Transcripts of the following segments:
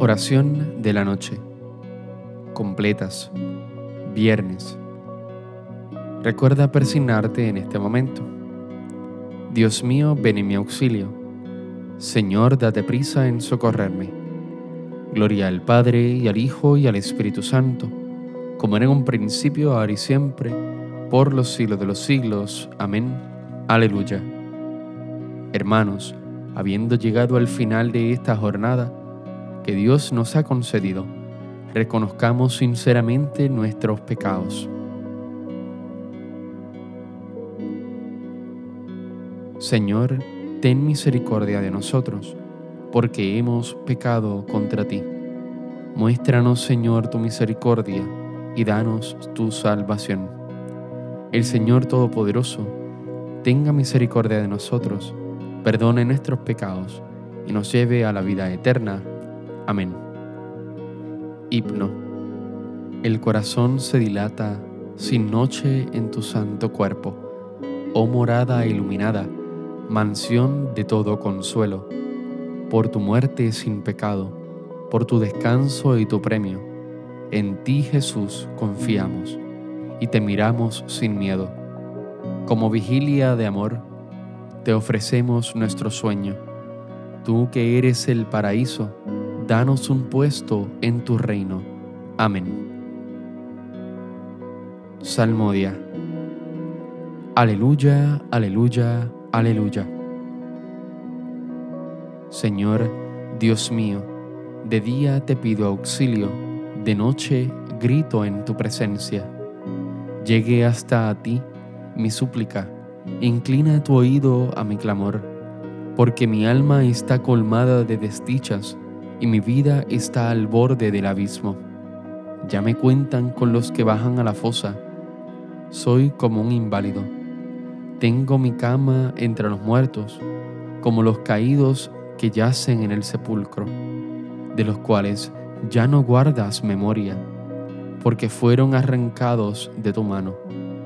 Oración de la noche. Completas. Viernes. Recuerda persignarte en este momento. Dios mío, ven en mi auxilio. Señor, date prisa en socorrerme. Gloria al Padre, y al Hijo, y al Espíritu Santo, como era en un principio, ahora y siempre, por los siglos de los siglos. Amén. Aleluya. Hermanos, habiendo llegado al final de esta jornada que Dios nos ha concedido, reconozcamos sinceramente nuestros pecados. Señor, ten misericordia de nosotros, porque hemos pecado contra ti. Muéstranos, Señor, tu misericordia y danos tu salvación. El Señor Todopoderoso tenga misericordia de nosotros, perdone nuestros pecados y nos lleve a la vida eterna. Amén. Himno. El corazón se dilata sin noche en tu santo cuerpo, oh morada iluminada, mansión de todo consuelo. Por tu muerte sin pecado, por tu descanso y tu premio, en ti, Jesús, confiamos y te miramos sin miedo. Como vigilia de amor, te ofrecemos nuestro sueño. Tú que eres el paraíso, danos un puesto en tu reino. Amén. Salmodia. Aleluya, aleluya, aleluya. Señor, Dios mío, de día te pido auxilio, de noche grito en tu presencia. Llegue hasta a ti mi súplica, inclina tu oído a mi clamor, porque mi alma está colmada de desdichas y mi vida está al borde del abismo. Ya me cuentan con los que bajan a la fosa, soy como un inválido. Tengo mi cama entre los muertos, como los caídos que yacen en el sepulcro, de los cuales ya no guardas memoria, porque fueron arrancados de tu mano.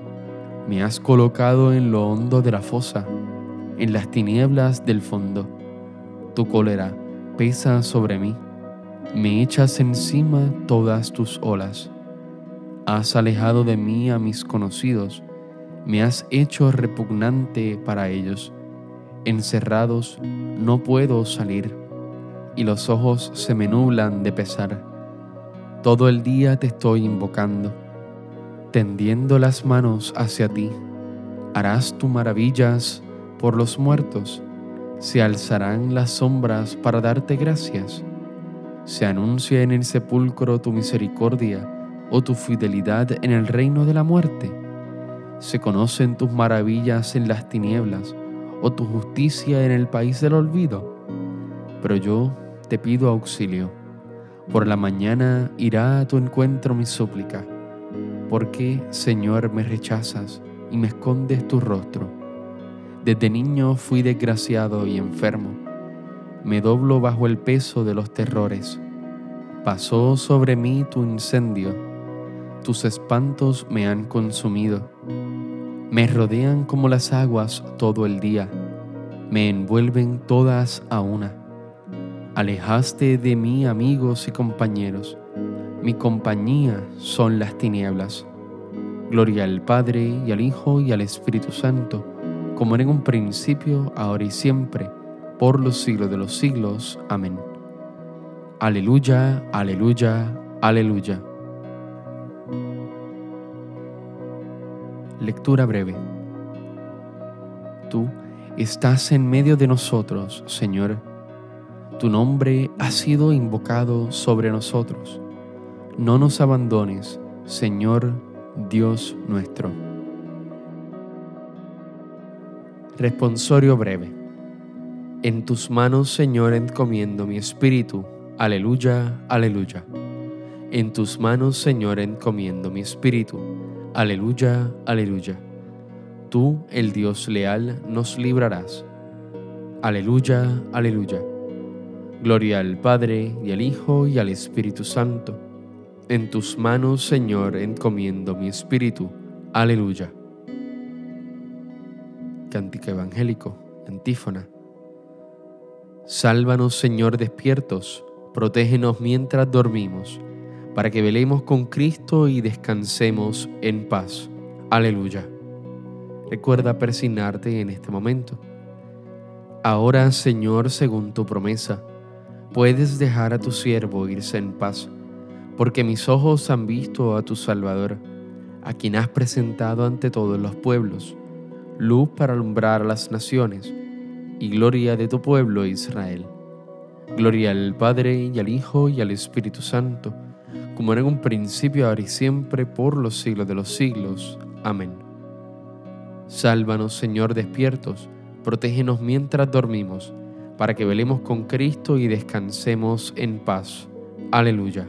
Me has colocado en lo hondo de la fosa, en las tinieblas del fondo. Tu cólera pesa sobre mí, me echas encima todas tus olas. Has alejado de mí a mis conocidos, me has hecho repugnante para ellos. Encerrados no puedo salir, y los ojos se me nublan de pesar. Todo el día te estoy invocando, tendiendo las manos hacia ti. Harás tus maravillas por los muertos, se alzarán las sombras para darte gracias. Se anuncia en el sepulcro tu misericordia o tu fidelidad en el reino de la muerte. Se conocen tus maravillas en las tinieblas o tu justicia en el país del olvido. Pero yo te pido auxilio. Por la mañana irá a tu encuentro mi súplica. ¿Por qué, Señor, me rechazas y me escondes tu rostro? Desde niño fui desgraciado y enfermo. Me doblo bajo el peso de los terrores. Pasó sobre mí tu incendio. Tus espantos me han consumido. Me rodean como las aguas todo el día. Me envuelven todas a una. Alejaste de mí amigos y compañeros. Mi compañía son las tinieblas. Gloria al Padre, y al Hijo, y al Espíritu Santo, como era en un principio, ahora y siempre, por los siglos de los siglos. Amén. Aleluya, aleluya, aleluya. Lectura breve. Tú estás en medio de nosotros, Señor. Tu nombre ha sido invocado sobre nosotros. No nos abandones, Señor Dios nuestro. Responsorio breve. En tus manos, Señor, encomiendo mi espíritu. Aleluya, aleluya. En tus manos, Señor, encomiendo mi espíritu. Aleluya, aleluya. Tú, el Dios leal, nos librarás. Aleluya, aleluya. Gloria al Padre, y al Hijo, y al Espíritu Santo. En tus manos, Señor, encomiendo mi espíritu. Aleluya. Cántico evangélico, antífona. Sálvanos, Señor, despiertos, protégenos mientras dormimos, para que velemos con Cristo y descansemos en paz. Aleluya. Recuerda persignarte en este momento. Ahora, Señor, según tu promesa, puedes dejar a tu siervo irse en paz, porque mis ojos han visto a tu Salvador, a quien has presentado ante todos los pueblos, luz para alumbrar a las naciones y gloria de tu pueblo Israel. Gloria al Padre, y al Hijo, y al Espíritu Santo, como era en un principio, ahora y siempre, por los siglos de los siglos. Amén. Sálvanos, Señor, despiertos, protégenos mientras dormimos, para que velemos con Cristo y descansemos en paz. Aleluya.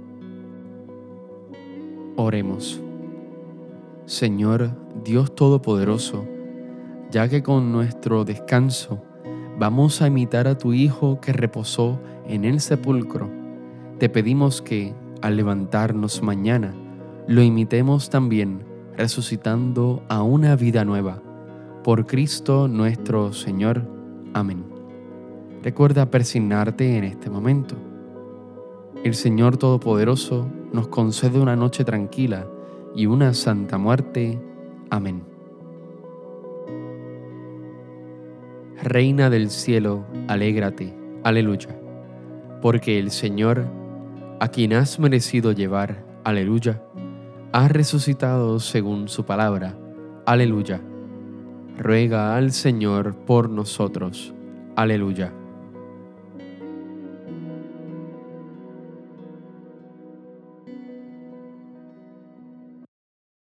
Oremos. Señor Dios Todopoderoso, ya que con nuestro descanso vamos a imitar a tu Hijo que reposó en el sepulcro, te pedimos que, al levantarnos mañana, lo imitemos también, resucitando a una vida nueva. Por Cristo nuestro Señor. Amén. Recuerda persignarte en este momento. El Señor Todopoderoso nos concede una noche tranquila y una santa muerte. Amén. Reina del cielo, alégrate. Aleluya. Porque el Señor, a quien has merecido llevar, aleluya, ha resucitado según su palabra, aleluya. Ruega al Señor por nosotros, aleluya.